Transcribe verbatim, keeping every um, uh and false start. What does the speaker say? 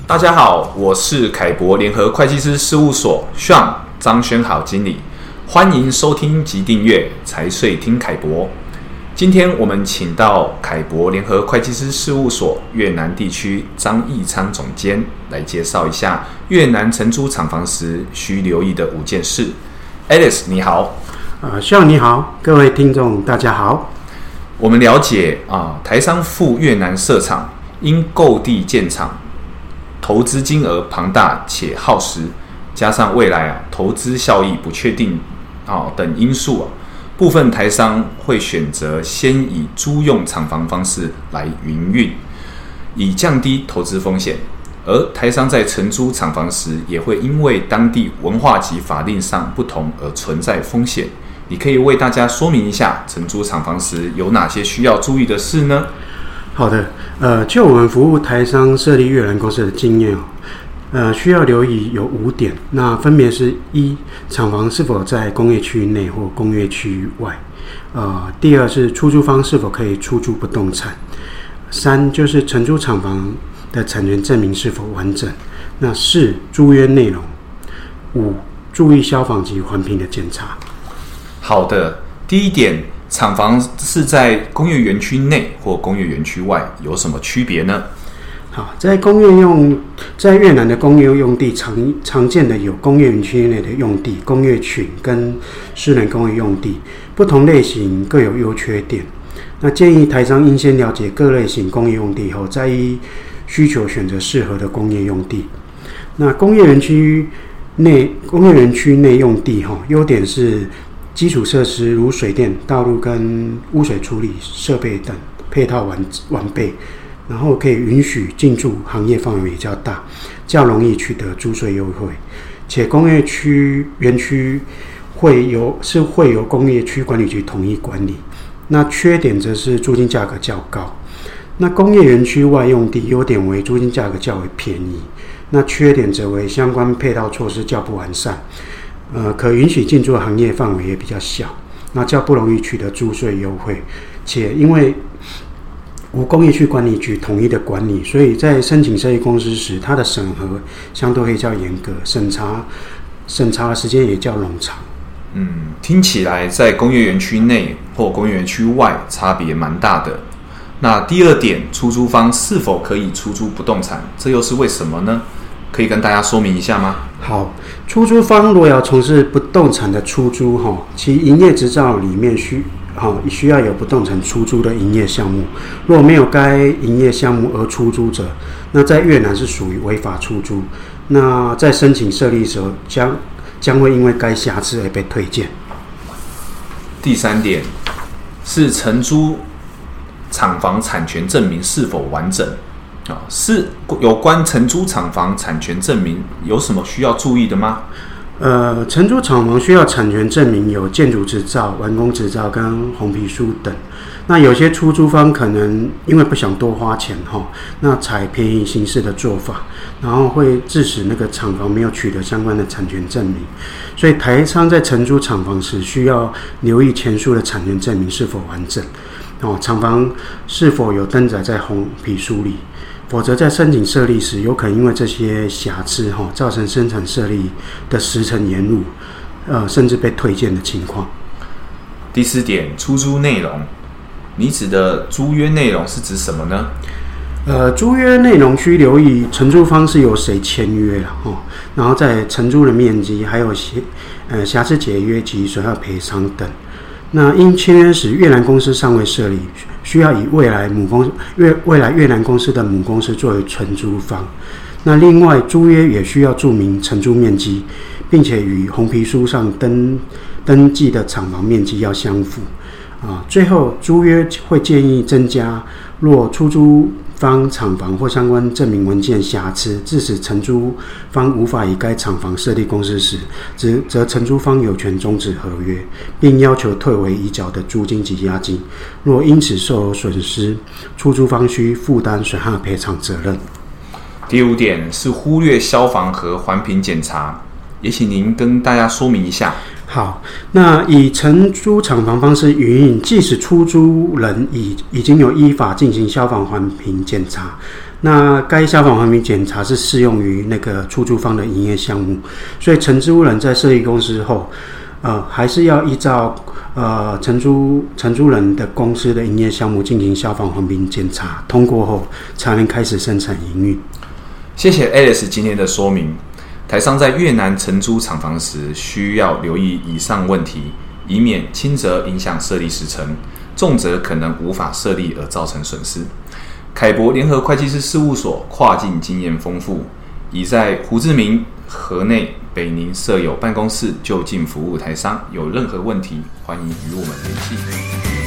大家好，我是凯博联合会计师事务所 Sean 张轩豪经理，欢迎收听及订阅财税听凯博。今天我们请到凯博联合会计师事务所越南地区张义昌总监来介绍一下越南承租厂房时需留意的五件事。Alice 你好。 呃，Sean你好，各位听众大家好。 我们了解啊，台商赴越南设厂，因购地建厂，投资金额庞大且耗时，加上未来啊投资效益不确定啊等因素啊，部分台商会选择先以租用厂房方式来营运，以降低投资风险。而台商在承租厂房时，也会因为当地文化及法令上不同而存在风险。你可以为大家说明一下承租厂房时有哪些需要注意的事呢？ 好的，呃，就我们服务台商设立越南公司的经验哦，呃，需要留意有五点，那分别是：一、厂房是否在工业区内或工业区外；呃，第二是出租方是否可以出租不动产；三就是承租厂房的产权证明是否完整；那四租约内容；五注意消防及环评的检查。 好的，第一点，厂房是在工业园区内或工业园区外，有什么区别呢？ 好，在工业用，在越南的工业用地 常, 常见的有工业园区内的用地、工业群跟私人工业用地，不同类型各有优缺点。那建议台商应先了解各类型工业用地后，再依需求选择适合的工业用地。那工业园区内，工业园区内用地哈，优点是基础设施如水电、道路跟污水处理设备等配套 完, 完备，然后可以允许进驻行业范围比较大，较容易取得租税优惠，且工业区园区会由是会由工业区管理局统一管理。那缺点则是租金价格较高。那工业园区外用地优点为租金价格较为便宜，那缺点则为相关配套措施较不完善。呃，可允许进驻的行业范围也比较小，那较不容易取得租税优惠，且因为无工业区管理局统一的管理，所以在申请设立公司时，它的审核相对会较严格，审查审查的时间也较冗长。 嗯，听起来在工业园区内或工业园区外差别蛮大的。那第二点，出租方是否可以出租不动产，这又是为什么呢？可以跟大家说明一下吗？ 好，出租方若要从事不动产的出租，其营业执照里面需需要有不动产出租的营业项目。若没有该营业项目而出租者，那在越南是属于违法出租。那在申请设立的时候，将将会因为该瑕疵而被退件。 第三点是承租厂房产权证明是否完整。是有关承租厂房产权证明有什么需要注意的吗？ 呃，承租厂房需要产权证明有建筑执照、完工执照跟红皮书等。那有些出租方可能因为不想多花钱哈，那采便宜行事的做法，然后会致使那个厂房没有取得相关的产权证明。所以台商在承租厂房时，需要留意前述的产权证明是否完整，哦，厂房是否有登载在红皮书里。否则，在申请设立时，有可能因为这些瑕疵哈，造成生产设立的时程延误，呃，甚至被退件的情况。 第四点，出租内容，你指的租约内容是指什么呢？ 呃，租约内容需留意承租方是由谁签约了哈，然后在承租的面积，还有呃瑕疵解约及损害赔偿等。那因签约时越南公司尚未设立，需要以未来母公越未来越南公司的母公司作为承租方。那另外租约也需要注明承租面积，并且与红皮书上登登记的厂房面积要相符。啊，最后租约会建议增加，若出租方厂房或相关证明文件瑕疵，致使承租方无法以该厂房设立公司时，则承租方有权终止合约，并要求退回已缴的租金及押金。若因此受有损失，出租方需负担损害赔偿责任。 第五点是忽略消防和环评检查，也请您跟大家说明一下。 好，那以承租厂房方式营运，即使出租人已已经有依法进行消防环评检查， 那该消防环评检查是适用于那个出租方的营业项目，所以承租人在设立公司后，呃，还是要依照呃承租承租人的公司的营业项目进行消防环评检查，通过后才能开始生产营运。 谢谢 Alice 今天的说明。台商在越南承租厂房时，需要留意以上问题，以免轻则影响设立时程，重则可能无法设立而造成损失。凯博联合会计师事务所跨境经验丰富，已在胡志明、河内、北宁设有办公室，就近服务台商。有任何问题，欢迎与我们联系。